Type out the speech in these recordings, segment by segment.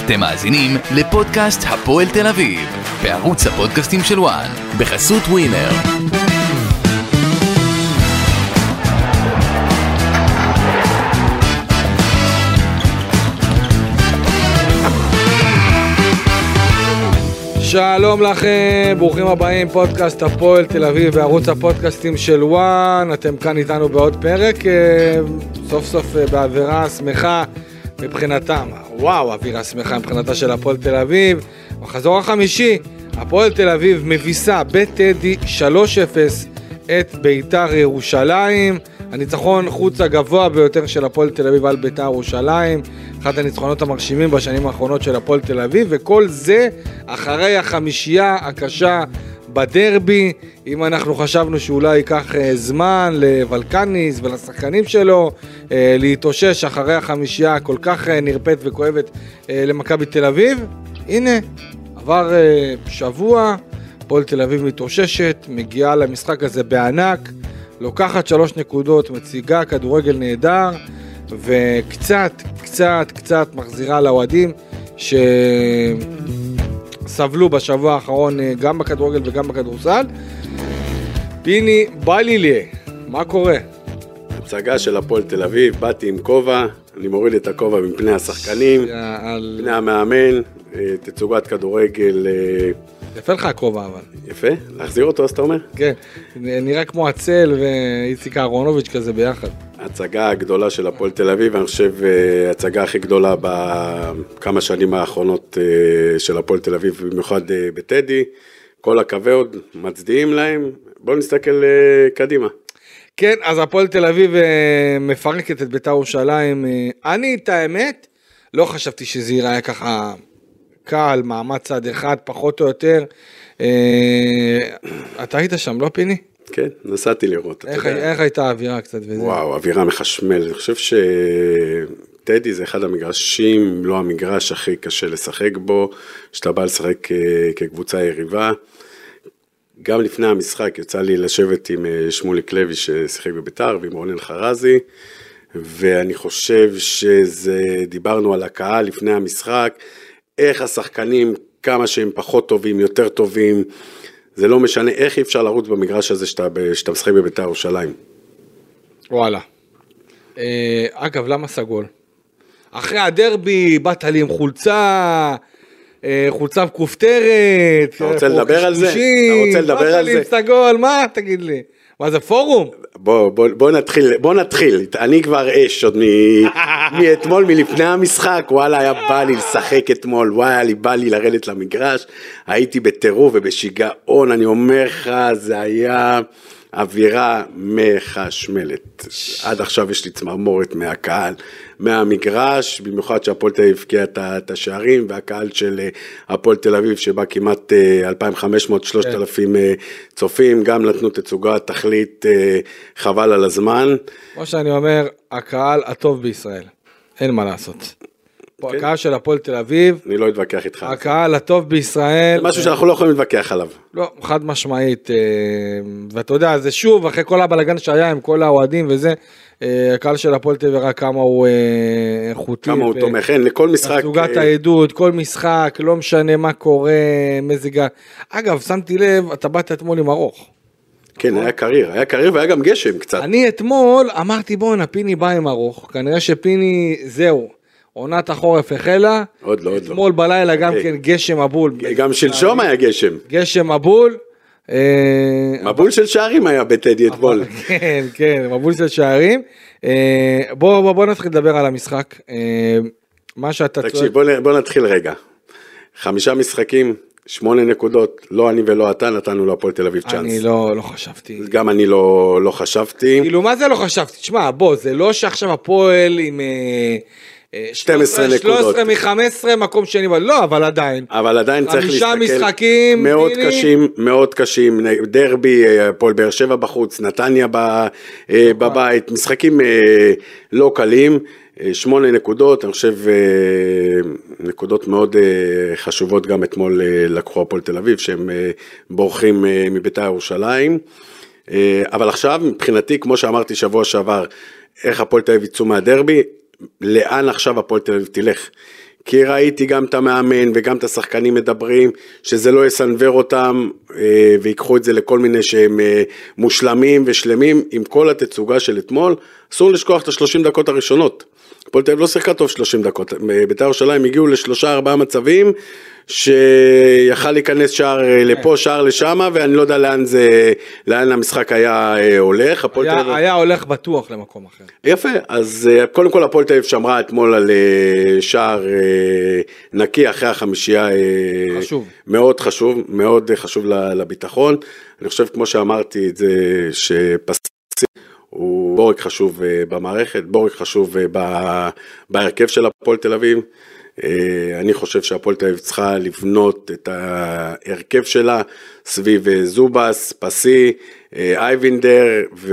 אתם מאזינים לפודקאסט הפועל תל אביב, בערוץ הפודקאסטים של וואן, בחסות ווינר. שלום לכם, ברוכים הבאים, פודקאסט הפועל תל אביב בערוץ הפודקאסטים של וואן. אתם כאן איתנו בעוד פרק, סוף סוף באווירה שמחה מבחינתם. וואו, אווירה שמחה מבחינתה של הפועל תל אביב. בחזור החמישי, הפועל תל אביב מביסה בטדי 3-0 את ביתר ירושלים. הניצחון חוץ הגבוה ביותר של הפועל תל אביב על ביתר ירושלים, אחד הניצחונות המרשימים בשנים האחרונות של הפועל תל אביב, וכל זה אחרי החמישייה הקשה בדרבי. אם אנחנו חשבנו שאולי ייקח זמן לוולקניס ולשחקנים שלו להתאושש אחרי החמישייה כל כך נרפאת וכואבת למכבי תל אביב, הנה עבר שבוע, הפועל תל אביב מתאוששת, מגיעה למשחק הזה בענק, לוקחת 3 נקודות, מציגה כדורגל נהדר, וקצת מחזירה לאוהדים שסבלו בשבוע האחרון גם בכדורגל וגם בכדורסל. פיני בלילה, מה קורה? הצגה של הפועל תל אביב, באתי עם כובע, אני מוריד את הכובע מפני השחקנים, פני המאמן, תצוגת כדורגל. יפה לך הכובע אבל. יפה? להחזיר אותו, אז אתה אומר? כן, נראה כמו הצל ואיציק אהרונוביץ' כזה ביחד. הצגה הגדולה של הפועל תל אביב, אני חושב הצגה הכי גדולה בכמה שנים האחרונות של הפועל תל אביב, במיוחד בטדי. כל הכבוד, מצדיעים להם. בואו נסתכל קדימה. כן, אז הפועל תל אביב מפרקת את ביתר ירושלים. אני, את האמת, לא חשבתי שזה ייראה ככה קל, מעמד צד אחד, פחות או יותר. אתה היית שם, לא פיני? כן, נסעתי לראות. איך הייתה האווירה קצת? וואו, אווירה מחשמל. אני חושב שטדי זה אחד המגרשים, לא המגרש הכי קשה לשחק בו, שאתה בא לשחק כקבוצה יריבה. גם לפני המשחק יצא לי לשבת עם שמוליק לוי ששיחק בביתר ועם רונן חרזי, ואני חושב דיברנו על הקהל לפני המשחק, איך השחקנים, כמה שהם פחות טובים, יותר טובים, זה לא משנה איך אי אפשר לרוץ במגרש הזה שאתה משחק בביתר ירושלים. וואלה. אגב, למה סגול? אחרי הדרבי באת לי עם חולצה כופתרת. אתה רוצה לדבר על זה? אתה רוצה לדבר על זה? באת לי עם סגול, מה? תגיד לי. מה זה פורום? בוא נתחיל, אני כבר אש עוד מאתמול, מלפני המשחק, וואלה היה בא לי לשחק אתמול, וואלה בא לי לרדת למגרש, הייתי בטירוף ובשיגעון, אני אומר לך, זה היה אווירה מחשמלת, עד עכשיו יש לי צמרמורת מהקהל, מהמגרש, במיוחד שהפועל תל אביב הבקיע את השערים, והקהל של הפועל תל אביב שבא כמעט 2,500-3,000 צופים, גם נתנו תצוגה, תכלית, חבל על הזמן. כמו שאני אומר, הקהל הטוב בישראל, אין מה לעשות. הקהל של הפועל תל אביב, אני לא אתווכח איתך. הקהל הטוב בישראל. זה משהו שאנחנו לא יכולים להתווכח עליו. לא, חד משמעית, ואתה יודע, זה שוב, אחרי כל הבלגן שהיה עם כל האוהדים וזה, הקהל של הפועל תל אביב, כמה הוא איכותי. כמה הוא תומך, אין, לכל משחק. תצוגת העדות, כל משחק, לא משנה מה קורה, מזג. אגב, שמתי לב, אתה באת אתמול עם ארוך. כן, היה קריר והיה גם גשם קצת. אני אתמול אמרתי, בוא, פיני בא עם ארוך, כנראה שפיני, זהו. עונת החורף החלה, עוד לא. אתמול בלילה גם כן גשם מבול. גם שלשום היה גשם. גשם מבול. מבול של שערים היה בטדי אתמול. כן, מבול של שערים. בוא נתחיל לדבר על המשחק. מה שאתה צועק. תקשיב, בוא נתחיל רגע. 5 משחקים, 8 נקודות, לא אני ולא אתה, נתנו להפועל תל אביב צ'אנס. אני לא חשבתי. גם אני לא חשבתי. כאילו, מה זה לא חשבתי? תשמע, בוא, זה לא שעכשיו הפועל עם 12 נקודות. 13 מ-15 מקום שני, לא, אבל עדיין צריך להסתכל. 5 משחקים. מאוד קשים, דרבי, הפועל באר שבע בחוץ, נתניה בבית, משחקים לא קלים, 8 נקודות, אני חושב נקודות מאוד חשובות גם אתמול לקחו הפועל תל אביב, שהם בורחים מביתר ירושלים, אבל עכשיו מבחינתי, כמו שאמרתי שבוע שעבר, איך הפועל תל אביב יצאו מהדרבי, לאן עכשיו הפועל תל אביב תלך? כי ראיתי גם את המאמן וגם את השחקנים מדברים, שזה לא יסנבר אותם, ויקחו את זה לכל מיני שהם מושלמים ושלמים, עם כל התצוגה של אתמול, אסור לשכוח את ה-30 דקות הראשונות. הפועל תל אביב לא שיחקה טוב 30 דקות, בית"ר ירושלים הגיעו ל3-4 מצבים, שיכל להיכנס שער לפה, שער לשמה, ואני לא יודע לאן המשחק היה הולך. היה הולך בטוח למקום אחר. יפה, אז קודם כל הפועל תל אביב שמרה אתמול על שער נקי אחרי החמישייה. חשוב. מאוד חשוב, מאוד חשוב לביטחון. אני חושב כמו שאמרתי את זה, שפסי הוא בורג חשוב במערכת, בורג חשוב בהרכב של הפועל תל אביב. אני חושב שהפועל תל אביב צריכה לבנות את ההרכב שלה סביב זובס, פסי, אייבינדר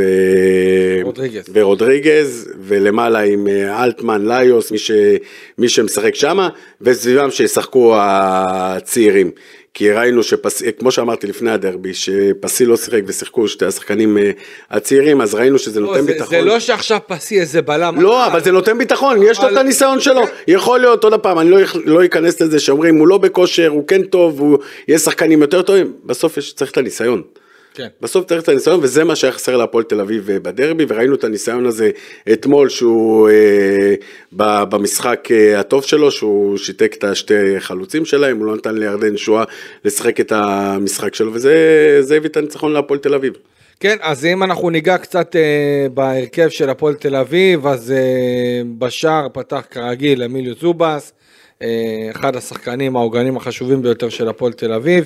ורודריגז, ולמעלה עם אלטמן, ליוס, מי שמשחק שמה, וסביבם שישחקו הצעירים. כי ראינו כמו שאמרתי לפני הדרבי, שפסי לא שיחק ושיחקו שתי השחקנים הצעירים, אז ראינו שזה נותן ביטחון. זה לא שעכשיו פסי איזה בלם. לא, אבל זה נותן ביטחון, יש לו את הניסיון שלו. יכול להיות עוד הפעם, אני לא אכנס לזה שאומרים, הוא לא בכושר, הוא כן טוב, הוא יהיה שחקנים יותר טובים, בסוף צריך את הניסיון. כן. בסוף צריך את הניסיון, וזה מה שהיה חסר להפועל תל אביב בדרבי, וראינו את הניסיון הזה אתמול, שהוא במשחק הטוב שלו, שהוא שיתק את השתי חלוצים שלהם, הוא לא נתן לירדן שואה לשחק את המשחק שלו, וזה הביא את הניצחון להפועל תל אביב. כן, אז אם אנחנו ניגע קצת בהרכב של הפועל תל אביב, אז בשער פתח כרגיל אמיליו זובס, אחד השחקנים העוגנים החשובים ביותר של הפועל תל אביב,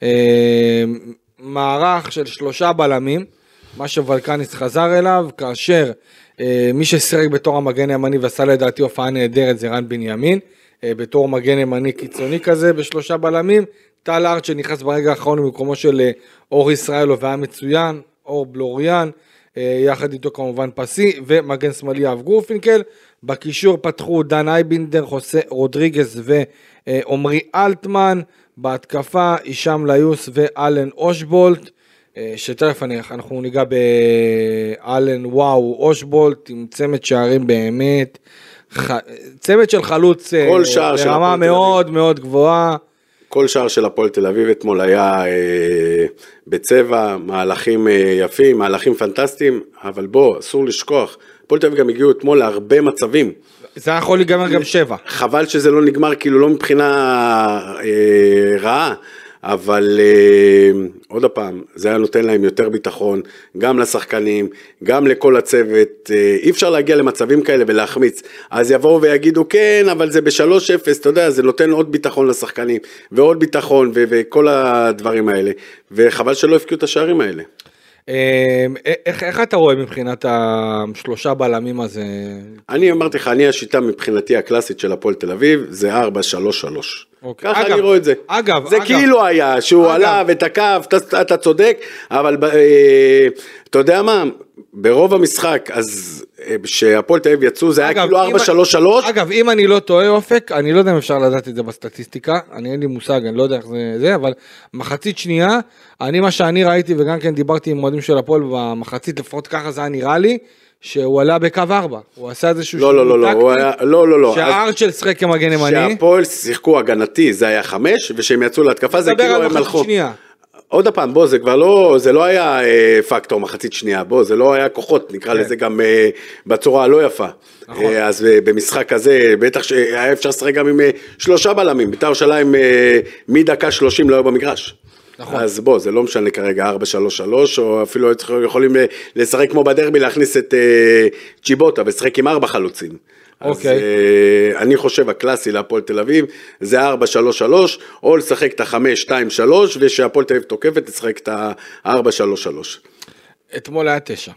מערך של 3 בלמים, מה שוולקניס חזר אליו, כאשר מי ששיחק בתור המגן הימני ועשה לדעתי הופעה נהדרת זה רן בנימין, בתור מגן ימני קיצוני כזה ב3 בלמים, טל ארט שנכנס ברגע האחרון במקומו של אור ישראלו והיה מצוין, אור בלוריאן, יחד איתו כמובן פסי, ומגן שמאלי אב גורפינקל, בקישור פתחו דן אייבינדר, חוסה רודריגז ועומרי אלטמן, בהתקפה אישם ליוס ואלן אושבולט, שתכף אנחנו ניגע באלן וואו אושבולט, עם צמד שערים באמת, צמד של חלוץ ברמה מאוד מאוד גבוהה. כל שער של הפועל תל אביב אתמול היה בצבע, מהלכים יפים, מהלכים פנטסטיים, אבל בוא, אסור לשכוח, הפועל תל אביב גם הגיעו אתמול להרבה מצבים. זה יכול להיגמר גם 7. חבל שזה לא נגמר, כאילו לא מבחינה רעה, אבל עוד הפעם, זה היה נותן להם יותר ביטחון, גם לשחקנים, גם לכל הצוות, אי אפשר להגיע למצבים כאלה ולהחמיץ, אז יבואו ויגידו כן, אבל זה ב3-0, אתה יודע, זה נותן עוד ביטחון לשחקנים, ועוד ביטחון וכל הדברים האלה, וחבל שלא הפקיעו את השערים האלה. איך אתה רואה מבחינת 3 בלמים הזה? אני אמרתי לך, השיטה מבחינתי הקלאסית של הפועל תל אביב, זה 4-3-3. ככה אני רואה את זה. זה כאילו היה, שהוא עלה ותקף, אתה צודק, אבל אתה יודע מה, ברוב המשחק, אז שהפועל תל אביב יצאו, זה היה כאילו 4-3-3. אגב, אם אני לא טועה אופק, אני לא יודע אם אפשר לדעת את זה בסטטיסטיקה, אין לי מושג, אני לא יודע איך זה, אבל מחצית שנייה, מה שאני ראיתי, וגם כן דיברתי עם מועדים של הפועל, במחצית לפחות ככה זה היה נראה לי, שהוא עלה בקו 4, הוא עשה איזשהו לא, שהארצ'ל שחק כמגן ימני. שהפועל שיחקו הגנתי, זה היה 5, ושהם יצאו להתקפה, זה כאילו הם הלכו. עוד הפעם, בוא, זה כבר לא, זה לא היה פקטור מחצית שנייה, בוא, זה לא היה כוחות, נקרא לזה גם בצורה הלא יפה. אז במשחק הזה, בטח שהיה אפשר לשחק גם עם 3 בלמים, בית"ר ירושלים מדקה 30 לא היו במגרש. אז בוא, זה לא משנה כרגע 4-3-3, או אפילו יכולים לשחק כמו בדרבי, להכניס את צ'יבוטה, ולשחק עם 4 חלוצים. אז אני חושב הקלאסי להפועל תל אביב, זה 4-3-3, או לשחק את ה-5-2-3, ושהפועל תל אביב תוקפת, לשחק את ה-4-3-3. אתמול היה 9.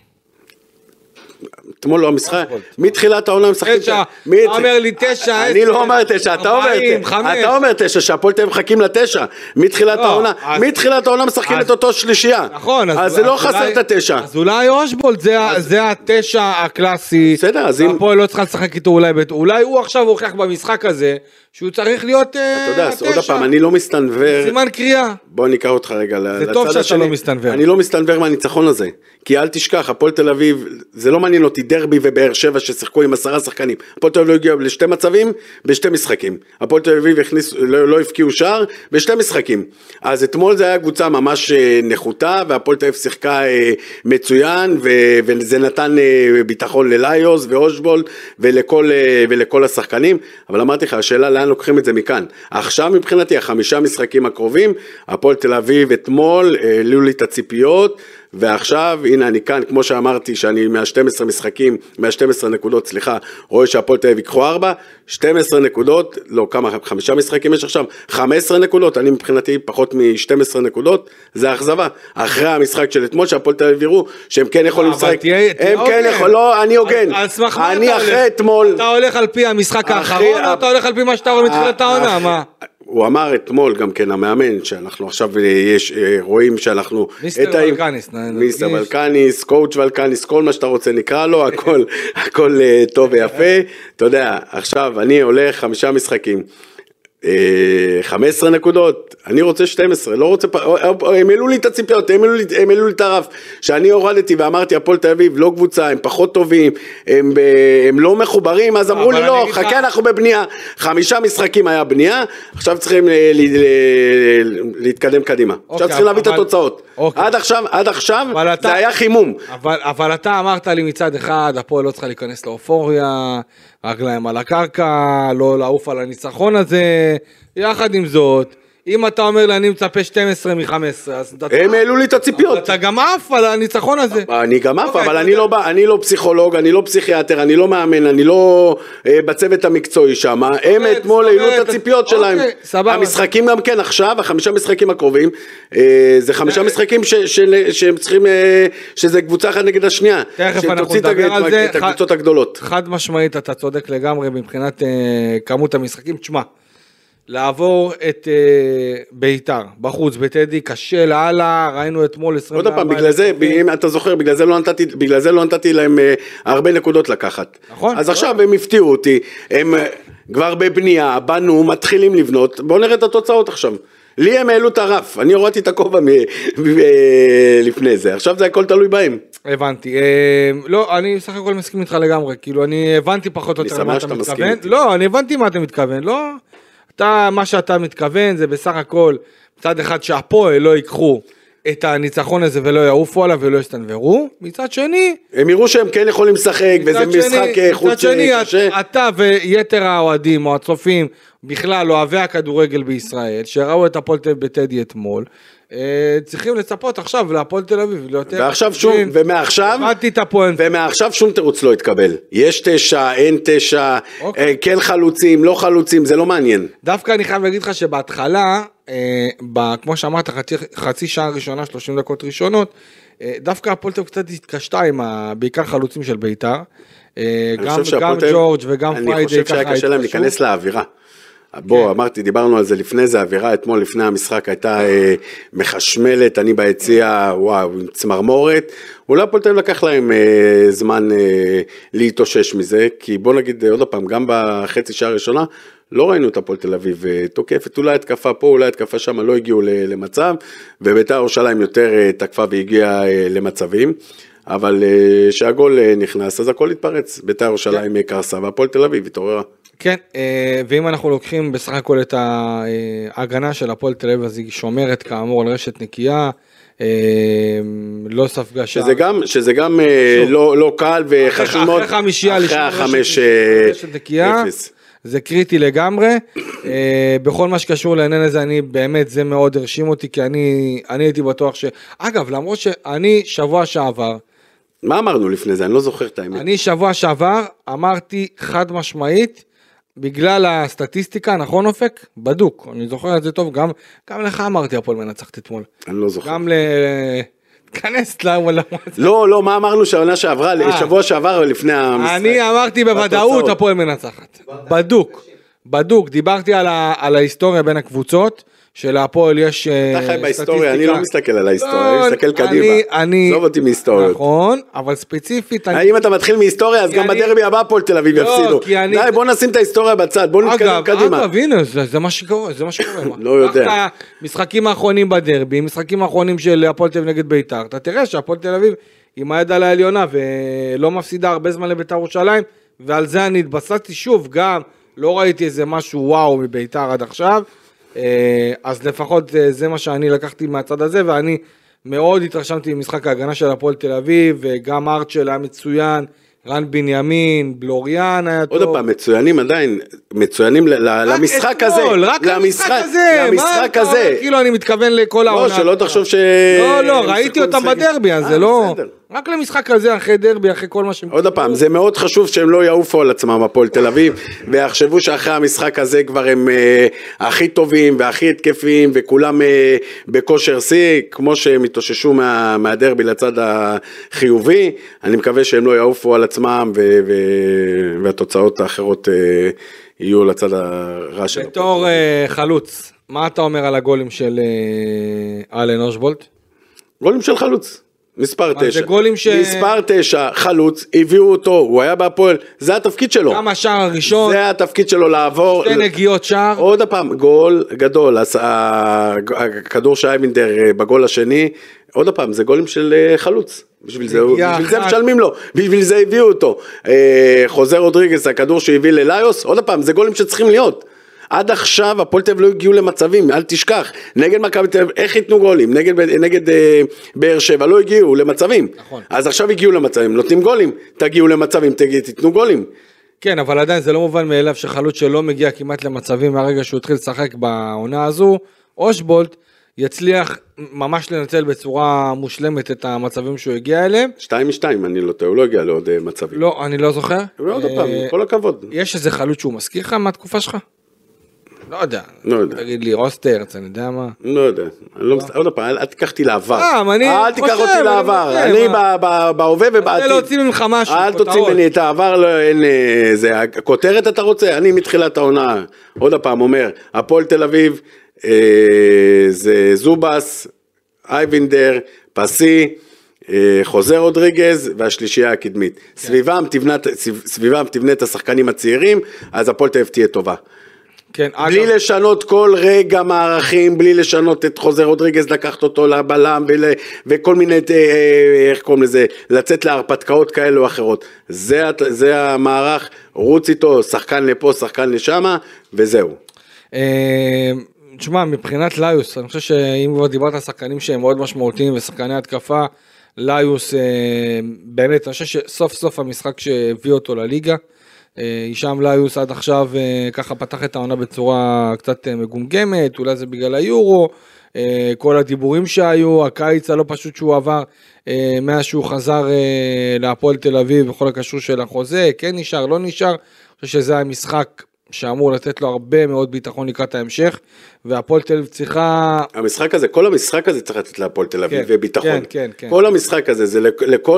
אתמול לא המשחק, מתחילת העונה משחקים 9, אתה אומר לי 9, אני לא אומר 9, אתה אומר 9, שהפועל תל אביב מחכים ל9, מתחילת העונה משחקים את אותו שלישייה, אז זה לא חסר את ה9. אז אולי אושבולט זה ה9 הקלאסי, הפועל לא צריכה לשחק איתו, אולי הוא עכשיו הוכח במשחק הזה, שהוא צריך להיות אתה יודע, עוד הפעם, אני לא מסתנבר, סימן קריאה, בוא ניקח אותך רגע זה טוב שאתה לא מסתנבר, אני לא מסתנבר מהניצחון הזה, כי אל תשכח, הפועל תל אביב, זה לא מעניין מעניין אותי, דרבי ובאר שבע ששיחקו עם 10 שחקנים, הפועל תל אביב לא הגיעו לשתי מצבים, בשתי משחקים, הפועל תל אביב לא הפקיעו שער, בשתי משחקים, אז אתמול זה היה קבוצה ממש נחותה, והפועל תל אביב שיחקה מצוין, וזה נתן ביטחון לליוס ואושבולט, ולכל השחקנים, אבל אמרתי לך, השאלה לאן לוקחים את זה מכאן, עכשיו מבחינתי, 5 משחקים הקרובים, הפועל תל אביב אתמול, העלו לי את הציפיות, ועכשיו, הנה אני כאן, כמו שאמרתי, שאני מה-12 משחקים, מה-12 נקודות, סליחה, רואה שהפועל תל אביב יקחו 4, 12 נקודות, לא כמה, 5 משחקים יש עכשיו, 15 נקודות, אני מבחינתי פחות מ-12 נקודות, זה האכזבה. אחרי המשחק של אתמול, שהפועל תל אביב יראו, שהם כן יכולים לשחק, הם כן יכולים, לא, אני הוגן, אני אחרי אתמול, אתה הולך על פי המשחק האחרון, או אתה הולך על פי מה שאתה רואה מתחילת העונה, מה? הוא אמר אתמול גם כן המאמן שאנחנו עכשיו רואים שאנחנו מיסטר ולקניס, קואוץ' ולקניס, כל מה שאתה רוצה נקרא לו, הכל טוב ויפה, אתה יודע, עכשיו אני הולך 5 משחקים, 15 נקודות, אני רוצה 12, לא רוצה, הם העלו לי את הציפיות, הם העלו לי את הרף, שאני הורדתי ואמרתי, הפועל תל אביב לא קבוצה, הם פחות טובים, הם לא מחוברים, אז אמרו לי לא, חכה אנחנו בבנייה, 5 משחקים היה בנייה, עכשיו צריכים להתקדם קדימה, עכשיו צריכים להביא את התוצאות, עד עכשיו זה היה חימום. אבל אתה אמרת לי מצד אחד, הפועל לא צריכה להיכנס לאופוריה, רגליים על הקרקע, לא לעוף על הניצחון הזה, יחד עם זאת, אם אתה אומר לי אני מצפה 12 מ-15, אז הם העלו לי את הציפיות. אתה גם אף על הניצחון הזה. אני גם אף, אבל אני לא פסיכולוג, אני לא פסיכיאטר, אני לא מאמן, אני לא בצוות המקצועי שם, הם אתמול העלו את הציפיות שלהם. המשחקים גם כן עכשיו, 5 משחקים הקרובים, זה 5 משחקים שהם צריכים, שזה קבוצה אחת נגד השנייה, שתוציא את הקבוצות הגדולות. חד משמעית, אתה צודק לגמרי מבחינת כמות המשחקים, תשמע. לעבור את ביתר, בחוץ, בטדי, קשה להלאה, ראינו אתמול 24. עוד פעם, בגלל זה, אם אתה זוכר, בגלל זה לא נתתי להם הרבה נקודות לקחת. נכון. אז עכשיו הם הפתיעו אותי, הם כבר בבנייה, בנו, מתחילים לבנות, בואו נראה את התוצאות עכשיו. לי הם העלו את הרף, אני הורדתי את הכובע לפני זה, עכשיו זה הכל תלוי בהם. הבנתי, לא, אני סך הכל מסכים איתך לגמרי, כאילו אני הבנתי פחות או יותר מה אתה מתכוון. לא, אני הבנתי מה אתה מתכוון, לא. מה שאתה מתכוון זה בסך הכל מצד אחד שהפועל לא ייקחו את הניצחון הזה ולא יעופו עליו ולא יסתנברו, מצד שני הם יראו שהם כן יכולים לשחק וזה משחק חוץ קשה. אתה ויתר האוהדים או הצופים בכלל אוהבי הכדורגל בישראל שראו את הפועל תל אביב בטדי אתמול, צריכים לצפות עכשיו להפועל תל אביב ועכשיו שום, ומעכשיו שום תירוץ לא יתקבל, יש 9, אין 9, כן חלוצים, לא חלוצים, זה לא מעניין. דווקא אני חייב להגיד לך שבהתחלה, כמו שאמרת, חצי שעה ראשונה, 30 דקות ראשונות, דווקא הפועל תל אביב קצת התקשתה עם בעיקר חלוצים של ביתר, גם ג'ורג' וגם פריידי. אני חושב שהיה קשה להם להיכנס לאווירה. בוא, אמרתי, דיברנו על זה לפני זה, האווירה אתמול לפני המשחק הייתה מחשמלת, אני ביציאה, וואו, עם צמרמורת, אולי הפועל תל אביב לקח להם זמן להתאושש מזה, כי בוא נגיד עוד פעם, גם בחצי שעה הראשונה, לא ראינו את הפועל תל אביב תוקפת, אולי התקפה פה, אולי התקפה שם, לא הגיעו למצב, ובית"ר ירושלים יותר תקפה והגיעה למצבים, אבל שהגול נכנס, אז הכל התפרץ, בית"ר ירושלים קרסה, והפועל תל אביב התעוררה. כן, ואם אנחנו לוקחים בסך הכל את ההגנה של הפועל תל אביב, אז היא שומרת כאמור על רשת נקייה, לא ספגה שער. שזה גם לא קל וחשוב מאוד. אחרי חמישייה לשמור רשת נקייה, זה קריטי לגמרי. בכל מה שקשור לעניין הזה, אני באמת, זה מאוד הרשים אותי, כי אני הייתי בטוח אגב, למרות שאני שבוע שעבר, מה אמרנו לפני זה? אני לא זוכר את האמת. אני שבוע שעבר אמרתי חד משמעית, בגלל הסטטיסטיקה, נכון אופק? בדוק, אני זוכר את זה טוב, גם לך אמרתי הפועל מנצחת אתמול. אני לא זוכר. גם תכנס לעולם. לא, מה אמרנו שהעונה שעברה, שבוע שעבר לפני המשחק. אני אמרתי בוודאות הפועל מנצחת. בדוק, דיברתי על ההיסטוריה בין הקבוצות, שלהפועל יש אתה חי בהיסטוריה, אני לא מסתכל על ההיסטוריה, אני מסתכל קדימה, עזוב אותי מהיסטוריות. נכון, אבל ספציפית אם אתה מתחיל מהיסטוריה, אז גם בדרבי הבא הפועל תל אביב יפסידו. די, בוא נשים את ההיסטוריה בצד, בוא נתקדם קדימה. אגב, הנה, זה מה שקורה. לא יודע. משחקים האחרונים בדרבי, משחקים האחרונים של הפועל תל אביב נגד בית"ר, אתה תראה שהפועל תל אביב עם היד על העליונה, ולא מפסידה הרבה זמן לבית"ר ירושלים, ועל זה אני התבססתי שוב, גם לא ראיתי איזה משהו וואו מבית"ר עד עכשיו, אז לפחות זה מה שאני לקחתי מהצד הזה, ואני מאוד התרשמתי במשחק ההגנה של הפועל תל אביב, וגם ארצ'ל היה מצוין, רן בנימין, בלוריאן היה טוב. עוד פעם, מצוינים עדיין, מצוינים למשחק הזה. רק למשחק הזה. כאילו אני מתכוון לכל העונה. לא, שלא תחשוב ש... לא, ראיתי אותם בדרבי, אז זה לא... רק למשחק הזה, אחרי דרבי, אחרי כל מה שהם... עוד פעם, זה מאוד חשוב שהם לא יעופו על עצמם, הפועל תל אביב, ויחשבו שאחרי המשחק הזה כבר הם הכי טובים והכי התקפיים, וכולם בכושר שיא, כמו שהם התאוששו מהדרבי לצד החיובי, אני מקווה שהם לא יעופו על עצמם, והתוצאות האחרות יהיו לצד הרע של... בתור חלוץ, מה אתה אומר על הגולים של אלן אושבולט? גולים של חלוץ. מספר 9, גולים מספר 9, חלוץ, הביאו אותו, הוא היה בהפועל, זה התפקיד שלו. גם השער הראשון. זה התפקיד שלו לעבור. שתי נגיעות שער. עוד פעם, גול גדול, הכדור של אייבינדר בגול השני, עוד פעם, זה גולים של חלוץ. בשביל זה משלמים לו, בשביל זה הביאו אותו. חוזר רודריגז, הכדור שהביא לליוס, עוד פעם, זה גולים שצריכים להיות. עד עכשיו הפועל תל אביב לא הגיעו למצבים, אל תשכח, נגד מכבי תל אביב, איך ייתנו גולים? נגד באר שבע לא הגיעו למצבים, נכון. אז עכשיו הגיעו למצבים, נותנים גולים, תגיעו למצבים, תיתנו גולים. כן, אבל עדיין זה לא מובן מאליו שחלוץ שלא מגיע כמעט למצבים מהרגע שהוא התחיל לשחק בעונה הזו, אושבולט יצליח ממש לנצל בצורה מושלמת את המצבים שהוא הגיע אליהם. 2-2, אני לא טועה, הוא לא הגיע לעוד מצבים. לא, אני לא זוכר. ועוד פעם, כל הכבוד. יש איזה חלוץ שהוא מזכיר לך מהתקופה שלך? לא יודע. תגיד לי, רוסטרץ, אני יודע מה. לא יודע. עוד פעם, אל תיקח אותי לעבר. אל תיקח אותי לעבר. אני בהווה ובעתיד. אני להוציא ממך משהו. אל תוציא ממני את העבר, אין זה. הכותרת אתה רוצה? אני מתחילת העונה, עוד פעם אומר, הפועל תל אביב, זה זובס, אייבינדר, פסי, חוזר רודריגז והשלישייה הקדמית. סביבם תבנה את השחקנים הצעירים, אז הפועל תל אביב תהיה טובה. כן, בלי לשנות כל רגע מערכים, בלי לשנות את חוזר רודריגז, לקחת אותו לבלם וכל מיני, איך קוראים לזה, לצאת להרפתקאות כאלה או אחרות. זה המערך, רוץ איתו, שחקן לפה, שחקן לשמה, וזהו. תשמע, מבחינת ליוס, אני חושב שאם כבר דיברת על שחקנים שהם מאוד משמעותיים ושחקני התקפה, ליוס באמת, אני חושב שסוף סוף המשחק שהביא אותו לליגה, הישאם ליוס עד עכשיו ככה פתח את העונה בצורה קצת מגומגמת, אולי זה בגלל היורו, כל הדיבורים שהיו, הקיץ הלא פשוט שהוא עבר, מאז שהוא חזר להפועל תל אביב בכל הקשור של החוזה, כן נשאר, לא נשאר, אני חושב שזה המשחק שאמור לתת לו הרבה מאוד ביטחון לקראת ההמשך, והפועל תל אביב צריכה... המשחק הזה, כל המשחק הזה צריך לתת להפועל תל אביב וביטחון. כן. כל המשחק הזה, זה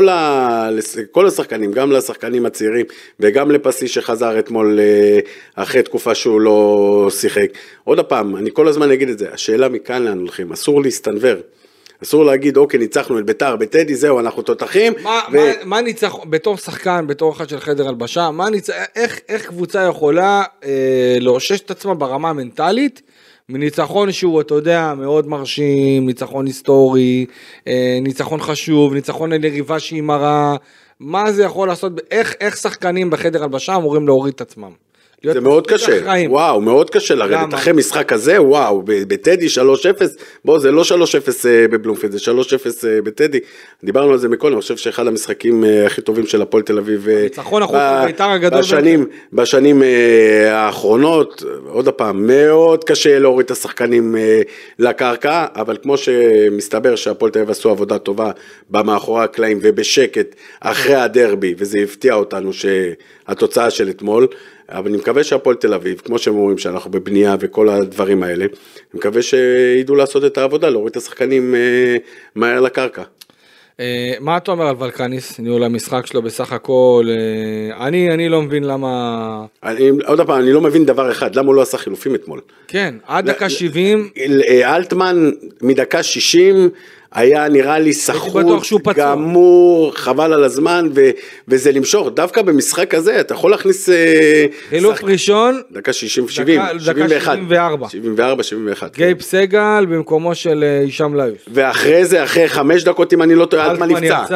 לכל השחקנים, גם לשחקנים הצעירים, וגם לפסי שחזר אתמול אחרי תקופה שהוא לא שיחק. עוד פעם, אני כל הזמן אגיד את זה, השאלה מכאן לאן הולכים, אסור להסתנבר. אסור להגיד, אוקיי, ניצחנו את בית"ר, בטדי, זהו, אנחנו תותחים. מה ניצח, בתור שחקן, בתור אחד של חדר הלבשה, איך קבוצה יכולה לאושש את עצמה ברמה המנטלית, מניצחון שהוא, אתה יודע, מאוד מרשים, ניצחון היסטורי, ניצחון חשוב, ניצחון ליריבה שהיא מראה, מה זה יכול לעשות, איך שחקנים בחדר הלבשה אמורים להוריד את עצמם? זה מאוד קשה, וואו, מאוד קשה לרדת אחרי משחק הזה, וואו, בטדי 3-0, בוא, זה לא 3-0 בבלומפילד, זה 3-0 בטדי, דיברנו על זה מקודם, אני חושב שאחד המשחקים הכי טובים של הפועל תל אביב, ניצחון החוץ בית"ר הגדול, בשנים האחרונות, עוד פעם, מאוד קשה להוריד את השחקנים לקרקע, אבל כמו שמסתבר שהפועל תל אביב עשו עבודה טובה במאחורי הקלעים ובשקט אחרי הדרבי, וזה הפתיע אותנו שהתוצאה של אתמול, אבל אני מקווה שהפועל תל אביב, כמו שהם אומרים שאנחנו בבנייה וכל הדברים האלה, אני מקווה שידעו לעשות את העבודה, להוריד את השחקנים מהר לקרקע. מה אתה אומר על ולקניס, ניהול המשחק שלו בסך הכל, אני לא מבין למה... עוד פעם, אני לא מבין דבר אחד, למה הוא לא עשה חילופים אתמול? כן, עד דקה 70. אלטמן מדקה 60 היה נראה לי סחוט, גמור, חבל על הזמן, וזה למשוך. דווקא במשחק הזה, אתה יכול להכניס... חילוף ראשון. דקה 60, 70, 71. 74, 71. גייב סגל במקומו של הישאם ליוס. ואחרי זה, אחרי 5 דקות, אם אני לא טועה, אלטמן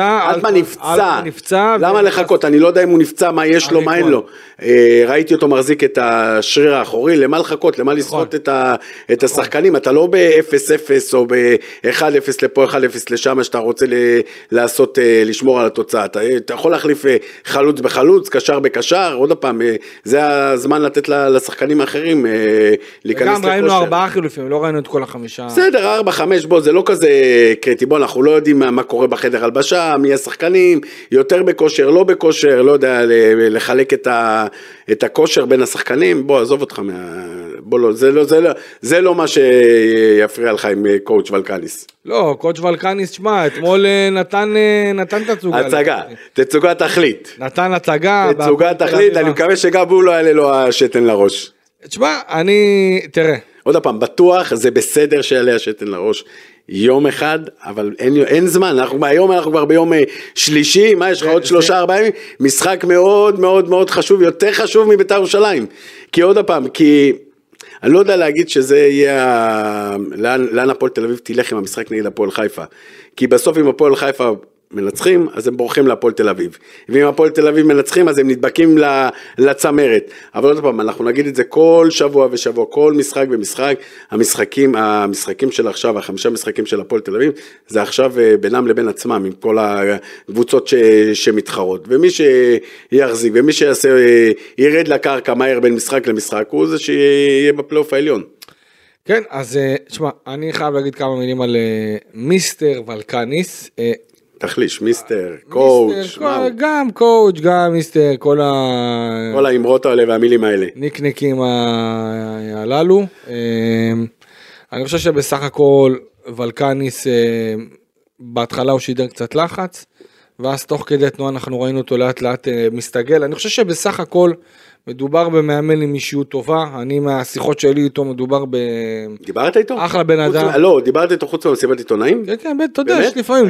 נפצע. למה לחכות? אני לא יודע אם הוא נפצע, מה יש לו, מה אין לו. ראיתי אותו מחזיק את השריר האחורי, למה לחכות, למה לסחוט את השחקנים, אתה לא ב-0-0 או ב-1-0 לפה, 1-0 לשם, שאתה רוצה לעשות, לשמור על התוצאה, אתה יכול להחליף חלוץ בחלוץ, קשר בקשר, עוד פעם, זה הזמן לתת לשחקנים האחרים להיכנס לכושר. וגם ראינו 4 חילופים, לא ראינו את כל 5. בסדר, 4-5, בוא, זה לא כזה קריטי, בוא, אנחנו לא יודעים מה קורה בחדר הלבשה, מי השחקנים, יותר בכושר, לא בכושר, לא יודע, לחלק את הכושר בין השחקנים, בוא, עזוב אותך בוא, לא, זה לא מה שיפריע לך עם קואוץ' ולקניס. לא, קואוץ' ולקניס, שמה, אתמול נתן תצוגה. תצוגה תכלית. נתן הצגה. תצוגה תכלית, אני מקווה שגם הוא לא יעלה לו השתן לראש. תשמע, תראה. עוד פעם, בטוח זה בסדר שיעלה השתן לראש. יום אחד, אבל אין זמן, אנחנו כבר ביום שלישי, מה יש לך עוד 3-4 ימים? משחק מאוד מאוד מאוד חשוב, יותר חשוב מבית"ר ירושלים. כי עוד פעם, אני לא יודע להגיד שזה יהיה, לאן הפועל תל אביב תלך עם המשחק נגד הפועל חיפה, כי בסוף אם הפועל חיפה מנצחים, אז הם בורחים להפועל תל אביב, ואם הפועל תל אביב מנצחים, אז הם נדבקים לצמרת, אבל עוד פעם, אנחנו נגיד את זה כל שבוע ושבוע, כל משחק ומשחק, המשחקים של עכשיו, 5 משחקים של הפועל תל אביב, זה עכשיו בינם לבין עצמם, עם כל הקבוצות שמתחרות, ומי שיחזיק, ומי שירד לקרקע מהר בין משחק למשחק, הוא זה שיהיה בפלייאוף העליון. כן, אז תשמע, אני חייב להגיד כמה מילים על מיסטר ולקניס, תחליש, מיסטר, קואוץ', גם קואוץ', גם מיסטר, כל האמרות האלה והמילים האלה. ניקניקים הללו. אני חושב שבסך הכל ולקניס, בהתחלה הוא שידר קצת לחץ, ואז תוך כדי תנועה אנחנו ראינו אותו לאט לאט מסתגל. אני חושב שבסך הכל מדובר במאמן עם אישיות טובה, אני מהשיחות שלי איתו מדובר דיברת איתו? אחלה בן אדם. לא, דיברת איתו חוץ ממסיבת עיתונאים? כן, כן, אתה יודע, יש לפעמים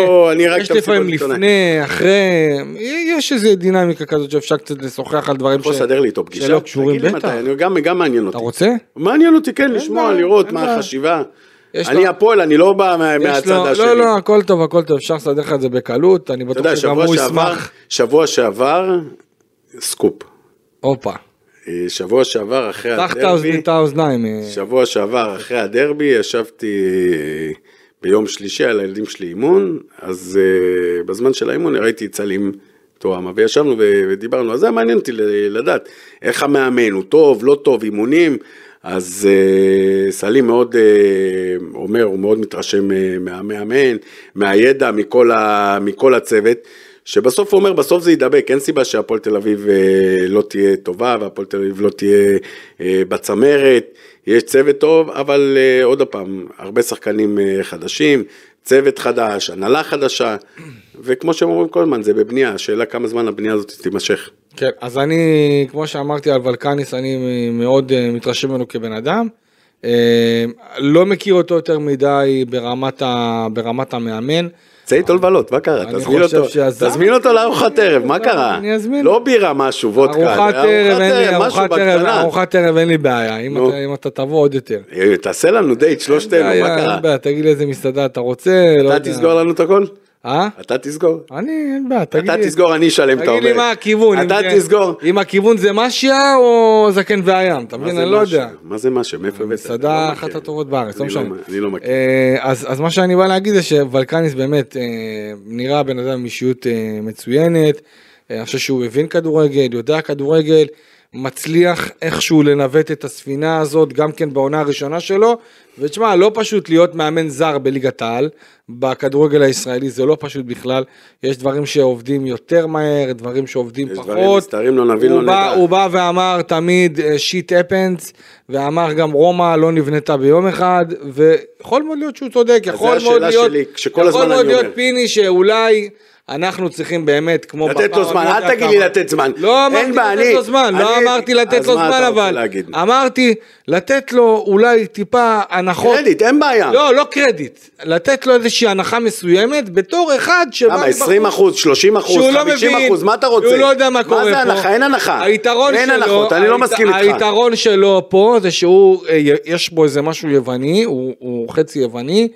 לפני, אחרי, יש איזו דינמיקה כזאת שאפשר קצת לשוחח על דברים שלא קשורים בטח. גם מעניין אותי. אתה רוצה? מעניין אותי, כן, לשמוע, לראות מה החשיבה. אני הפועל, אני לא בא מהצדה שלי. לא, הכל טוב, אפשר לסדר לך את זה בקלות, אני בטוח שגם הוא ישמח. שבוע שעבר, סקופ. אופה. שבוע שעבר אחרי הדרבי, ישבתי ביום שלישי על הילדים שלי אימון, אז בזמן של האימון ראיתי צלים תואמה, וישבנו ודיברנו, אז זה מעניין אותי לדעת, איך המאמן, הוא טוב, לא טוב, אימונים, אז סלים מאוד אומר, הוא מאוד מתרשם מהמאמן, מהידע, מכל הצוות, שבסוף הוא אומר, בסוף זה ידבק, אין סיבה שהפועל תל אביב לא תהיה טובה, והפועל תל אביב לא תהיה בצמרת, יש צוות טוב, אבל עוד הפעם, הרבה שחקנים חדשים, צוות חדש, הנהלה חדשה, וכמו שהם אומרים כל הזמן, זה בבנייה, השאלה כמה זמן הבנייה הזאת תימשך. כן, אז אני, כמו שאמרתי על ולקניס, אני מאוד מתרשם ממנו כבן אדם, לא מכיר אותו יותר מדי ברמת המאמן, צא איתו לבלות, מה קרה? תזמין אותו לארוחת ערב, מה קרה? אני אזמין. לא בירה משהו, וודקה. ארוחת ערב אין לי בעיה, אם אתה תבוא עוד יותר. תעשה לנו דייט, שלושתנו, מה קרה? תגיד לי איזה מסעדה אתה רוצה. אתה תסגור לנו את הכל? אתה תסגור. אין בעיה, תגיד לי. אתה תסגור, אני אשלם, אתה אומר. תגיד לי מה הכיוון. אתה תסגור. אם הכיוון זה משיה או זקן והים, אתה מבין? אני לא יודע. מה זה משיה? מאיפה הבאת? מסעדה אחת הטובות בארץ, לא משנה. אני לא מכיר. אז מה שאני בא להגיד זה שוולקניס באמת נראה בן אדם עם אישיות מצוינת, אני חושב שהוא הבין כדורגל, יודע כדורגל, מצליח איכשהו לנווט את הספינה הזאת, גם כן בעונה הראשונה שלו, ותשמע, לא פשוט להיות מאמן זר בליגת העל, בכדורגל הישראלי זה לא פשוט בכלל, יש דברים שעובדים יותר מהר, דברים שעובדים פחות, דברים מסתרים, לא נבין, לא נדע. הוא בא ואמר תמיד shit happens, ואמר גם רומא לא נבנתה ביום אחד, ויכול מאוד להיות שהוא צודק, יכול מאוד להיות פיני שאולי אנחנו צריכים באמת, כמו... לתת לו זמן, אל תגיד לי לתת זמן. לא אמרתי לתת לו זמן, לא אמרתי לתת לו זמן, אבל אמרתי לתת לו אולי טיפה הנחות. קרדיט, אין בעיה. לא קרדיט, לתת לו איזושהי הנחה מסוימת, בתור אחד שבא... למה, 20%, 30%, 50%, מה אתה רוצה? שהוא לא יודע מה קורה פה. מה זה הנחה? אין הנחה. אין הנחות, אני לא מסכים איתך. היתרון שלו פה זה שהוא, יש בו איזה משהו יווני, הוא חצי יווני,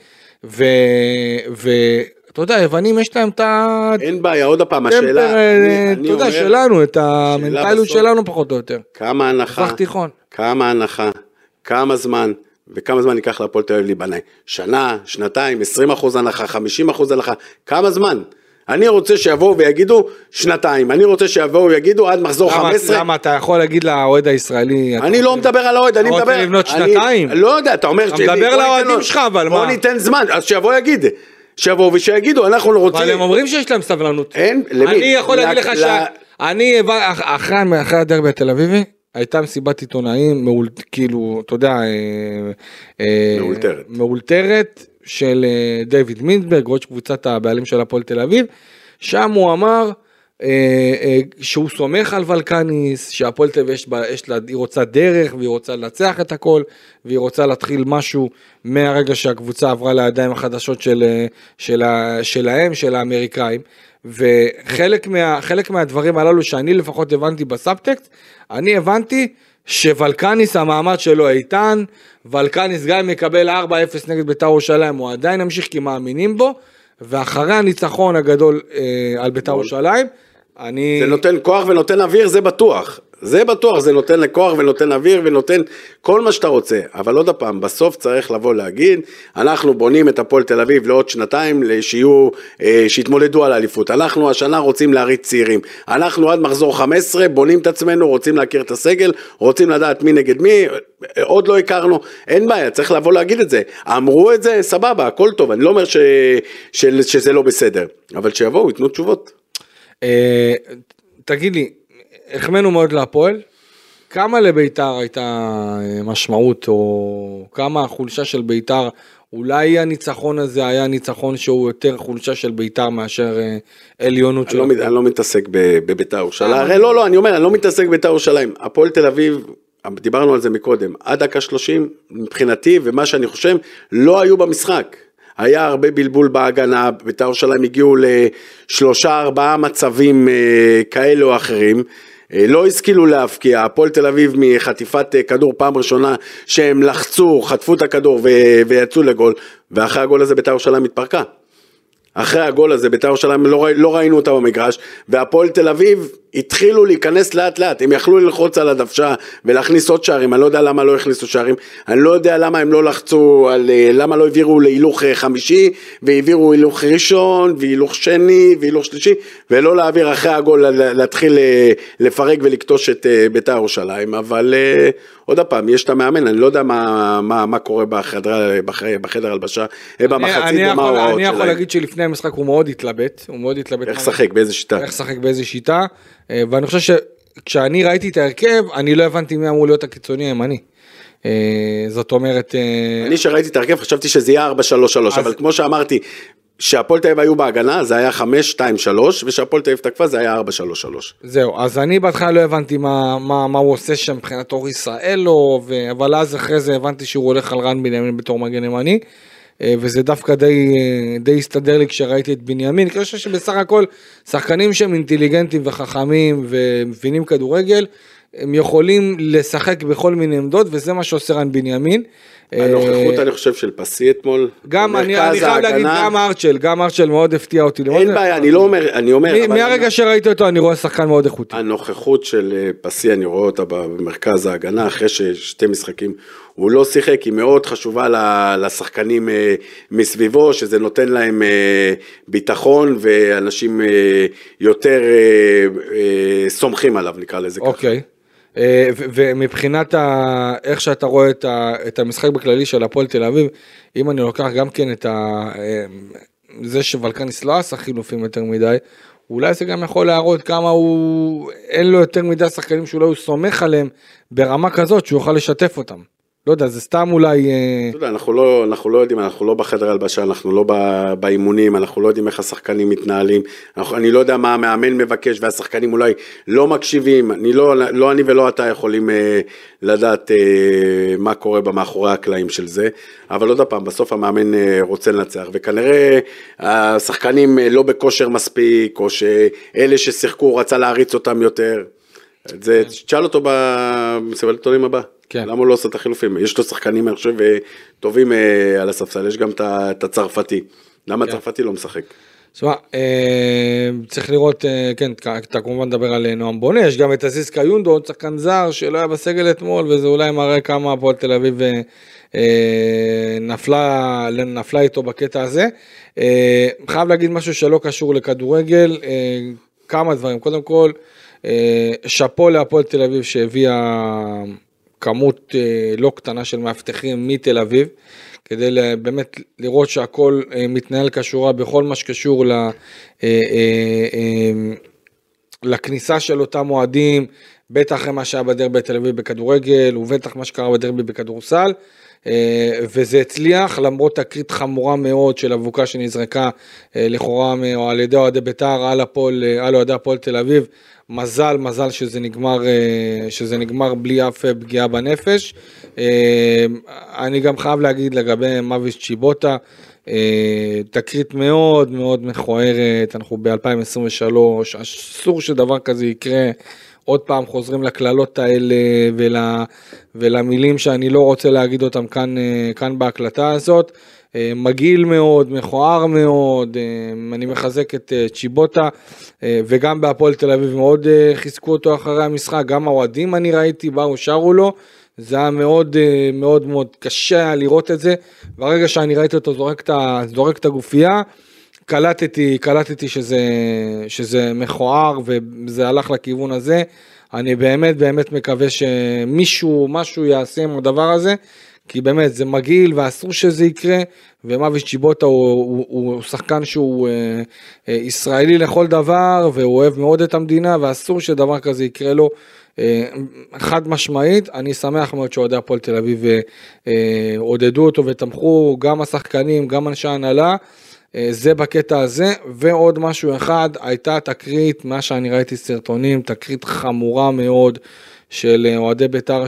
אתה יודע, יוונים יש להם את ה... אין בעיה, עוד הפעם, השאלה... אתה יודע, שלנו, את המנטליות שלנו פחות או יותר. כמה הנחה, כמה הנחה, כמה זמן, וכמה זמן ייקח להפועל תל אביב להיבנה? שנה, שנתיים, 20% הנחה, 50% הנחה, כמה זמן? אני רוצה שיבואו ויגידו שנתיים, אני רוצה שיבואו ויגידו עד מחזור 15. למה אתה יכול להגיד לאוהד הישראלי? אני לא מדבר על האוהד, אני מדבר... אתה רוצה לבנות שנתיים? לא יודע, אתה אומר... אתה מדבר לאוהדים שלך, אבל מה? בוא ניתן זמן, אז שיבואו יגיד. שיבואו ושיגידו, אנחנו לא רוצים... אבל הם אומרים שיש להם סבלנות. אין, למי? אני יכול להגיד לך שאני, אחרי הדרבי התל אביבי, הייתה מסיבת עיתונאים, כאילו, אתה יודע, מאולתרת של דיוויד מינדברג, ראש קבוצת הבעלים של הפועל תל אביב, שם הוא אמר שהוא סומך על ולקניס, שהפועל תל אביב היא רוצה דרך, והיא רוצה לנצח את הכל, והיא רוצה להתחיל משהו מהרגע שהקבוצה עברה לידיים החדשות שלהם, של האמריקאים, וחלק מהדברים הללו שאני לפחות הבנתי בסאבטקסט, אני הבנתי שוולקניס המעמד שלו איתן, ולקניס גם אם יקבל 4-0 נגד בית"ר ירושלים, הוא עדיין ימשיך כי מאמינים בו, ואחרי הניצחון הגדול על בית"ר ירושלים, זה נותן כוח ונותן אוויר, זה בטוח. זה בטוח, זה נותן לכוח ונותן אוויר ונותן כל מה שאתה רוצה. אבל עוד הפעם, בסוף צריך לבוא להגיד, אנחנו בונים את הפועל תל אביב לעוד שנתיים, שיתמודדו על האליפות. אנחנו השנה רוצים להריץ צעירים. אנחנו עד מחזור 15, בונים את עצמנו, רוצים להכיר את הסגל, רוצים לדעת מי נגד מי, עוד לא הכרנו, אין בעיה, צריך לבוא להגיד את זה. אמרו את זה, סבבה, הכל טוב, אני לא אומר שזה לא בסדר. אבל שיבואו, יתנו תשובות. תגיד לי, החמנו מאוד להפועל, כמה לביתר הייתה משמעות, או כמה החולשה של ביתר, אולי הניצחון הזה היה ניצחון שהוא יותר חולשה של ביתר מאשר עליונות שלו? אני לא מתעסק בביתר ירושלים, הרי לא, אני אומר, אני לא מתעסק בביתר ירושלים, הפועל תל אביב, דיברנו על זה מקודם, עד דקה 30, מבחינתי, ומה שאני חושב, לא היו במשחק. היה הרבה בלבול בהגנה, בית"ר ירושלים הגיעו ל3-4 מצבים כאלה או אחרים, לא השכילו להפקיע, הפועל תל אביב מחטיפת כדור פעם ראשונה שהם לחצו, חטפו את הכדור ויצאו לגול, ואחרי הגול הזה בית"ר ירושלים התפרקה. אחרי הגול הזה בית"ר ירושלים לא ראינו אותה במגרש, והפועל תל אביב התחילו להיכנס לאט לאט, הם יכלו ללחוץ על הדוושה ולהכניס עוד שערים, אני לא יודע למה לא הכניסו שערים, אני לא יודע למה הם לא לחצו, למה לא העבירו להילוך חמישי, והעבירו הילוך ראשון, והילוך שני, והילוך שלישי, ולא להעביר אחרי הגול להתחיל לפרק ולקטוש את בית"ר ירושלים, אבל עוד הפעם, יש את המאמן, אני לא יודע מה קורה בחדר הלבשה, במחצית, ומה ההוראות שלהם. אני יכול להגיד שלפני המשחק הוא מאוד התלבט, איך שחק, באיזה שיטה? ואני חושב שכשאני ראיתי את ההרכב, אני לא הבנתי מי אמור להיות הקיצוני הימני. זאת אומרת... אני שראיתי את ההרכב, חשבתי שזה יהיה 4-3-3, אבל כמו שאמרתי, שהפועל תל אביב היו בהגנה, זה היה 5-2-3, ושהפועל תל אביב תקפה, זה היה 4-3-3. זהו, אז אני בהתחלה לא הבנתי מה הוא עושה שם מבחינת אור ישראל, אבל אז אחרי זה הבנתי שהוא הולך על רן בנימין בתור מגן ימני, וזה דווקא די הסתדר לי כשראיתי את בנימין, כי אני חושב שבסך הכל שחקנים שהם אינטליגנטים וחכמים ומבינים כדורגל, הם יכולים לשחק בכל מיני עמדות, וזה מה שעושה רן בנימין. הנוכחות אני חושב של פסי אתמול, גם אני חייב להגיד, גם ארצ'ל מאוד הפתיע אותי. אין בעיה, אני אומר. מהרגע שראיתי אותו אני רואה שחקן מאוד איכותי. הנוכחות של פסי, אני רואה אותה במרכז ההגנה, אחרי ששתי משחקים, הוא לא שיחק, היא מאוד חשובה לשחקנים מסביבו, שזה נותן להם ביטחון, ואנשים יותר סומכים עליו, נקרא לזה ככה. אוקיי. ומבחינת איך שאתה רואה את המשחק בכללי של הפועל תל אביב, אם אני לוקח גם כן את זה שוולקניס לא עשה חילופים יותר מדי, אולי זה גם יכול להראות כמה אין לו יותר מדי שחקנים שאולי הוא סומך עליהם ברמה כזאת שהוא יוכל לשתף אותם. לא יודע, זה סתם אולי... אתה יודע, אנחנו לא יודעים, אנחנו לא בחדר הלבשה, אנחנו לא באימונים, אנחנו לא יודעים איך השחקנים מתנהלים, אני לא יודע מה המאמן מבקש, והשחקנים אולי לא מקשיבים, לא אני ולא אתה יכולים לדעת מה קורה במאחורי הקלעים של זה, אבל עוד הפעם, בסוף המאמן רוצה לנצח, וכנראה השחקנים לא בכושר מספיק, או שאלה ששיחקו רצה להריץ אותם יותר, זה תשאל אותו במסיבת עיתונאים הבא. כן. למה הוא לא עושה את החילופים? יש לו שחקנים, אני חושב, טובים על הספסל, יש גם את הצרפתי. למה הצרפתי לא משחק? תשמע, צריך לראות, כן, אתה כמובן מדבר על נועם בונה, יש גם את אזיזקה יונדו, עוד שחקן זר שלא היה בסגל אתמול, וזה אולי מראה כמה הפועל תל אביב נפלה איתו בקטע הזה. חייב להגיד משהו שלא קשור לכדורגל, כמה דברים. קודם כל, שפו להפועל תל אביב שהביאה כמות לא קטנה של מאבטחים מתל אביב, כדי באמת לראות שהכל מתנהל כשורה בכל מה שקשור לכניסה של אותם מועדים, בטח מה שהיה בדרבי בתל אביב בכדורגל, ובטח מה שקרה בדרבי בכדורסל, וזה הצליח למרות תקרית חמורה מאוד של אבוקה שנזרקה לכאורה על ידי אוהדי בית"ר על אוהדי הפועל תל אביב. מזל שזה נגמר בלי אף פגיעה בנפש. אני גם חייב להגיד לגבי מוויס צ'יבוטה, תקרית מאוד מאוד מכוערת, אנחנו ב-2023, אסור שדבר כזה יקרה, עוד פעם חוזרים לכללות האלה ולמילים שאני לא רוצה להגיד אותם כאן בהקלטה הזאת, מגעיל מאוד, מכוער מאוד, אני מחזק את צ'יבוטה, וגם בהפועל תל אביב מאוד חיזקו אותו אחרי המשחק, גם האוהדים אני ראיתי, באו שרו לו, זה היה מאוד מאוד מאוד קשה לראות את זה, והרגע שאני ראיתי אותו זורק את הגופייה, קלטתי שזה מכוער, וזה הלך לכיוון הזה, אני באמת מקווה משהו יעשה עם הדבר הזה, כי באמת זה מגעיל ואסור שזה יקרה, ומוויס צ'יבוטה הוא שחקן שהוא ישראלי לכל דבר, והוא אוהב מאוד את המדינה, ואסור שדבר כזה יקרה לו, חד משמעית. אני שמח מאוד שאוהדי הפועל תל אביב עודדו אותו ותמכו, גם השחקנים, גם אנשי הנהלה, זה בקטע הזה. ועוד משהו אחד, הייתה תקרית, מה שאני ראיתי סרטונים, תקרית חמורה מאוד, של אוהדי בית"ר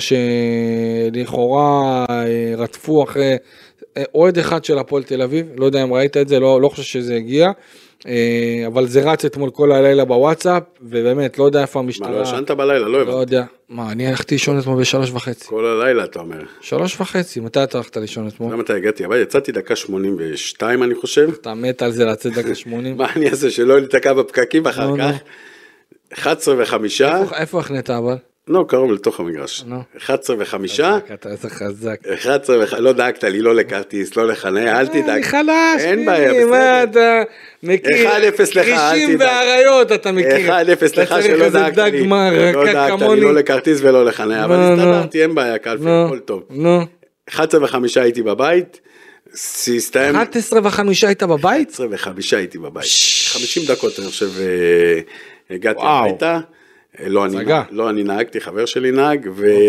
שלכאורה רדפו אחרי אוהד אחד של הפועל תל אביב, לא יודע אם ראית את זה, לא חושב שזה הגיע, אבל זה רץ אתמול כל הלילה בוואטסאפ, ובאמת לא יודע איפה המשטרה. מה, לא ישנת בלילה? לא הבנתי. לא יודע. מה, אני הלכתי לישון אתמול ב3:30. כל הלילה אתה אומר. 3:30, מתי אתה הלכת לישון אתמול? למה אתה הגעתי? אבל יצאתי דקה 82 אני חושב. אתה מת על זה לצאת דקה 80? מה אני אעשה שלא נתקע בפקקים אחר כך? 11:05. איפה החנית אבל? לא, קרוב לתוך המגרש. 11:05. אתה איזה חזק. 11:05, לא דאגת לי, לא לכרטיס, לא לחניה, אל תדאג. אני חלש, אין בעיה, בסדר. מה אתה מכיר? 1-0 לך, אל רישים תדאג. ואריות אתה מכיר. 1-0 לך שלא דאגת לי. לא דאגת לי, לא לכרטיס ולא לחניה, אבל הסתדרתי, אין בעיה, קלפי, הכל טוב. 11:05 הייתי בבית, הסתיים... 11:05 היית בבית? 11:05 הייתי בבית. 50 דקות אני חושב הגעתי הביתה. לא אני נהגתי, חבר שלי נהג,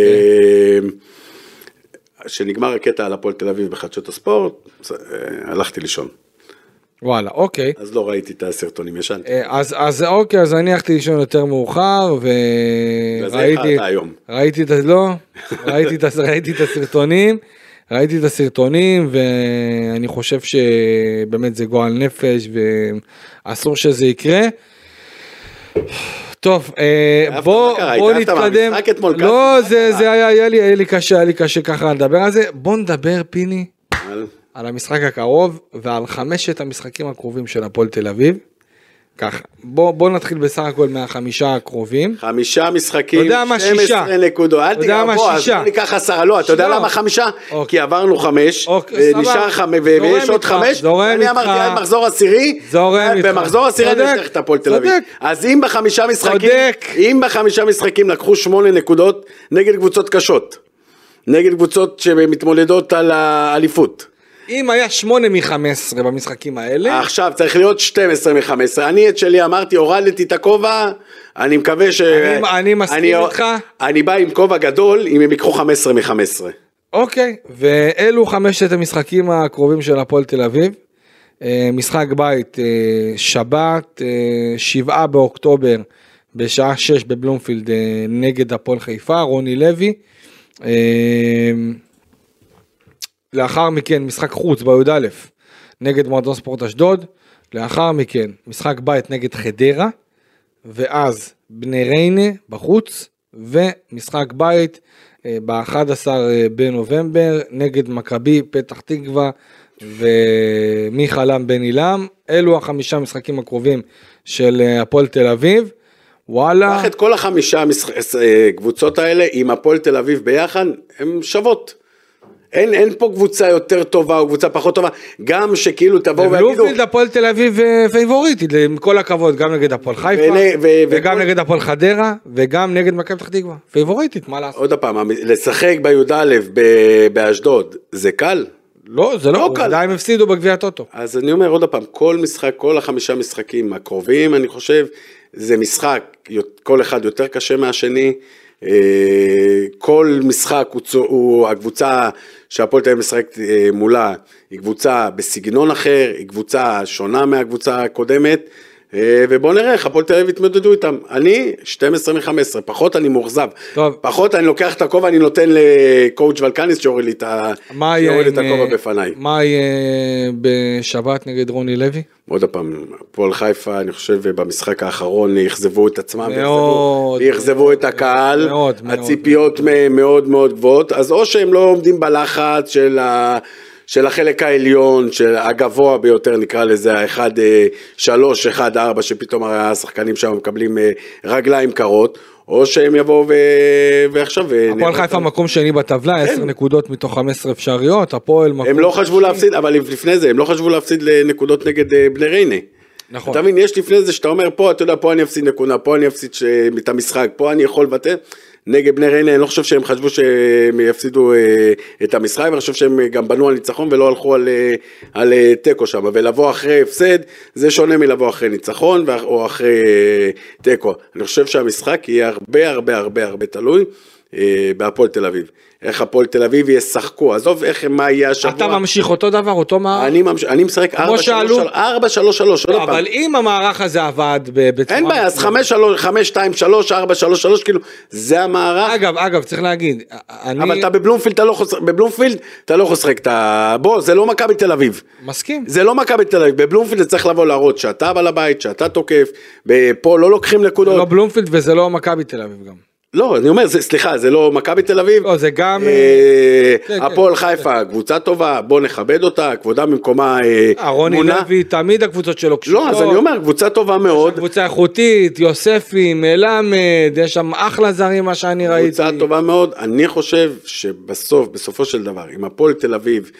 כשנגמר הקטע על הפועל תל אביב בחדשות הספורט, הלכתי לישון. וואלה, אוקיי. אז לא ראיתי את הסרטונים, ישנתי. אז אוקיי, אז אני הלכתי לישון יותר מאוחר, ראיתי את הסרטונים, ואני חושב שבאמת זה גועל נפש, ואסור שזה יקרה. טוב, בוא נתקדם. לא, זה היה לי קשה ככה לדבר על זה. בוא נדבר, פיני, על המשחק הקרוב ועל 5 המשחקים הקרובים של הפועל תל אביב. ככה, בוא נתחיל בסך הכל מה5 הקרובים. 5 משחקים, 12 נקודות. אל תיגע בו, אז בוא ניקח 10, לא, אתה יודע למה 5? כי עברנו 5, ונשאר 5, ויש עוד 5, אני אמרתי, מחזור עשירי, במחזור עשירי אני צריך את הפועל תל אביב. אז אם ב5 משחקים לקחו 8 נקודות, נגד קבוצות קשות, נגד קבוצות שמתמודדות על האליפות, אם היה 8 מ-15 במשחקים האלה, עכשיו צריך להיות 12 מ-15. אני את שלי אמרתי, הורדתי את הכובע, אני מקווה אני מסכים איתך. אני בא עם כובע גדול, אם הם יקחו 15 מ-15. אוקיי, ואלו 5 המשחקים הקרובים של הפועל תל אביב. משחק בית, שבת, 7 באוקטובר, בשעה 6 בבלומפילד, נגד הפועל חיפה, רוני לוי. לאחר מכן, משחק חוץ בי"א, נגד מועדון ספורט אשדוד. לאחר מכן, משחק בית נגד חדרה, ואז בני ריינה בחוץ, ומשחק בית ב-11 בנובמבר, נגד מכבי פתח תקווה, ומיכל עם בן אילם. אלו 5 משחקים הקרובים של הפועל תל אביב. וואלה. קח את כל 5 קבוצות האלה, עם הפועל תל אביב ביחד, הן שוות. אין פה קבוצה יותר טובה או קבוצה פחות טובה, גם שכאילו תבואו ויגידו. בלומפילד הפועל תל אביב פייבוריטית, עם כל הכבוד, גם נגד הפועל חיפה, וגם נגד הפועל חדרה, וגם נגד מכבי פתח תקווה. פייבוריטית, מה לעשות? עוד פעם, לשחק בי"א באשדוד, זה קל? לא, זה לא, עדיין הפסידו בגביע הטוטו. אז אני אומר עוד פעם, כל משחק, כל 5 משחקים הקרובים, אני חושב, זה משחק, כל אחד יותר קשה מהשני, כל משחק הוא הקבוצה שהפועל תל אביב משחקת מולה, היא קבוצה בסגנון אחר, היא קבוצה שונה מהקבוצה הקודמת, ובואו נראה איך הפועל תל אביב התמודדו איתם. אני 12 מ-15, פחות אני מורזב, פחות אני לוקח את הכובע, אני נותן לקואוץ' ולקניס שיוריד לי את הכובע בפניי. מה יהיה בשבת נגד רוני לוי? עוד הפעם, הפועל חיפה, אני חושב, במשחק האחרון יחזבו את עצמם, יחזבו את הקהל, הציפיות מאוד מאוד גבוהות, אז או שהם לא עומדים בלחץ של החלק העליון, של הגבוה ביותר, נקרא לזה, ה-1-3, 1-4, שפתאום השחקנים שם מקבלים רגליים קרות, או שהם יבואו ועכשיו... הפועל חיפה מקום שני בטבלה, 10 נקודות מתוך 15 אפשריות, הפועל מקום... הם לא חשבו להפסיד, אבל לפני זה, הם לא חשבו להפסיד לנקודות נגד בני ריינה. נכון. אתה מבין, יש לפני זה שאתה אומר, פה, אתה יודע, פה אני אפסיד נקודה, פה אני אפסיד את המשחק, פה אני יכול לבטל. נגד בני ריינה, אני לא חושב שהם חשבו שהם יפסידו את המשחק, אני חושב שהם גם בנו על ניצחון ולא הלכו על טקו שם, ולבוא אחרי הפסד, זה שונה מלבוא אחרי ניצחון או אחרי טקו. אני חושב שהמשחק יהיה הרבה תלוי בהפועל תל אביב. איך הפועל תל אביב ישחקו, עזוב מה יהיה השבוע. אתה ממשיך אותו דבר, אותו מערך? אני משחק 4-3-3, אבל אם המערך הזה עבד בצורה... אין בעיה, אז 5-2-3, 4-3-3, כאילו, זה המערך. אגב, צריך להגיד, אבל אתה בבלומפילד, אתה לא חוסק את ה... בוא, זה לא מכבי תל אביב. מסכים. זה לא מכבי תל אביב, בבלומפילד זה צריך לבוא להראות שאתה בעל הבית, שאתה תוקף, פה לא לוקחים נקודות. זה לא בלומפילד וזה לא מכבי תל אביב גם. לא, אני אומר, סליחה, זה לא מכבי תל אביב. לא, זה גם... הפועל חיפה, קבוצה טובה, בוא נכבד אותה, כבודה ממקומה מונה. רוני לוי, תמיד הקבוצות שלו קשורות. לא, אז אני אומר, קבוצה טובה מאוד. קבוצה איכותית, יוספי, מלמד, יש שם אחלה זרים, מה שאני ראיתי. קבוצה טובה מאוד, אני חושב בסופו של דבר, אם הפועל תל אביב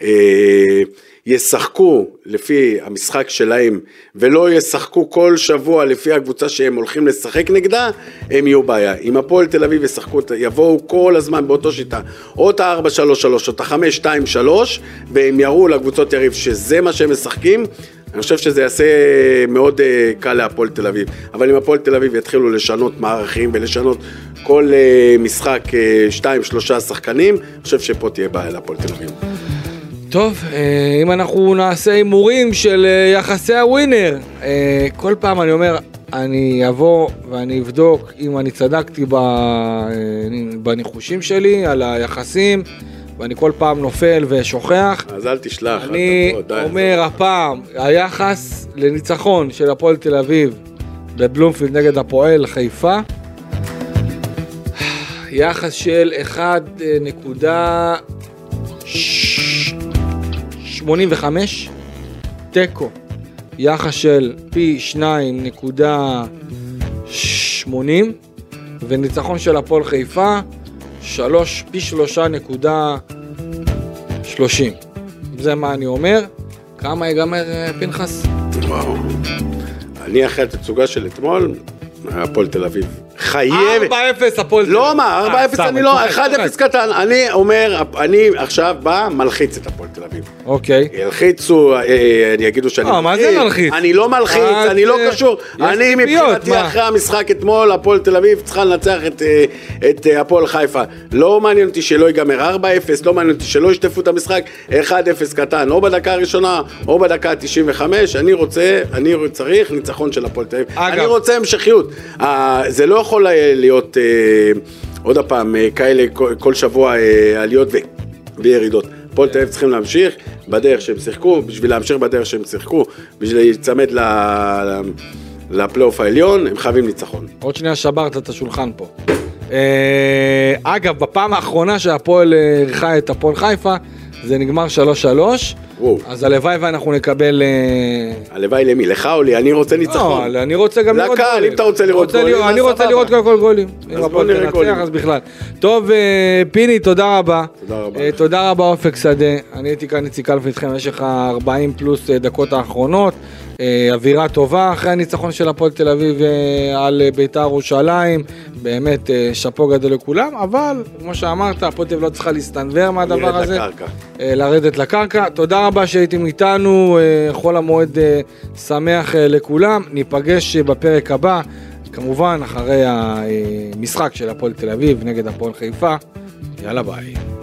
ישחקו לפי המשחק שלהם, ולא ישחקו כל שבוע לפי הקבוצה שהם הולכים לשחק נגדה, הם יהיו בעיה. אם הפועל תל אביב ישחקו, יבואו כל הזמן באותו שיטה, או את ה-4-3-3, או את ה-5-2-3, והם יראו לקבוצות יריב שזה מה שהם משחקים, אני חושב שזה יעשה מאוד קל להפועל תל אביב. אבל אם הפועל תל אביב יתחילו לשנות מערכים, ולשנות כל משחק 2-3 שחקנים, אני חושב שפה תהיה בעיה להפועל תל אביב. טוב, אם אנחנו נעשה הימורים של יחסי הווינר, כל פעם אני אומר, אני אבוא ואני אבדוק אם אני צדקתי בניחושים שלי על היחסים, ואני כל פעם נופל ושוכח. אז אל תשלח. אני אומר הפעם, היחס לניצחון של הפועל תל אביב בבלומפילד נגד הפועל חיפה, יחס של 1.85, טקו, יחס של פי 2.80, וניצחון של הפועל חיפה, פי 3.30. זה מה אני אומר. כמה יגמר פנחס? וואו. אני אחרי התצוגה של אתמול, הפועל תל אביב 5-0 חייבת. 4-0 הפועל. לא מה, 4-0 אני לא, 1-0 קטן. אני אומר, אני עכשיו בא, מלחיץ את הפועל תל אביב. אוקיי. ילחיצו, אני אגידו שאני מלחיץ. מה זה מלחיץ? אני לא מלחיץ, אני לא קשור. אני מבחינתי אחרי המשחק אתמול, הפועל תל אביב צריכה לנצח את הפועל חיפה. לא מעניין אותי שלא ייגמר 4-0, לא מעניין אותי שלא ישטפו את המשחק, 1-0 קטן, או בדקה הראשונה, או בדקה 95, אני צריך ניצחון של הפועל תל אביב. אני רוצה המשכיות. זה לא יכול להיות עוד הפעם כאלה כל שבוע עליות וירידות. הפועל תל אביב צריכים להמשיך בדרך שהם שיחקו, בשביל להמשיך בדרך שהם שיחקו, בשביל להצמד לפלייאוף העליון, הם חייבים ניצחון. עוד שנייה שברת את השולחן פה. אגב, בפעם האחרונה שהפועל ערכה את הפועל חיפה, זה נגמר 3-3, אז הלוואי ואנחנו נקבל... הלוואי למי? לך או לי? אני רוצה ניצחון. לא, אני רוצה גם לראות גולים. אם אתה רוצה לראות גולים, אני רוצה לראות כל גולים. אם הפועל תנצח, אז בכלל. טוב, פיני, תודה רבה. תודה רבה, אופק שדה. אני הייתי כאן איציק אלף איתכם במשך 40 פלוס דקות האחרונות. אווירה טובה אחרי הניצחון של הפועל תל אביב על בית"ר ירושלים, באמת שאפו גדול לכולם, אבל כמו שאמרת, הפועל תל אביב לא צריכה להסתנוור מהדבר הזה, לרדת לקרקע. תודה רבה שהייתם איתנו, חול המועד שמח לכולם, ניפגש בפרק הבא, כמובן אחרי המשחק של הפועל תל אביב נגד הפועל חיפה. יאללה ביי.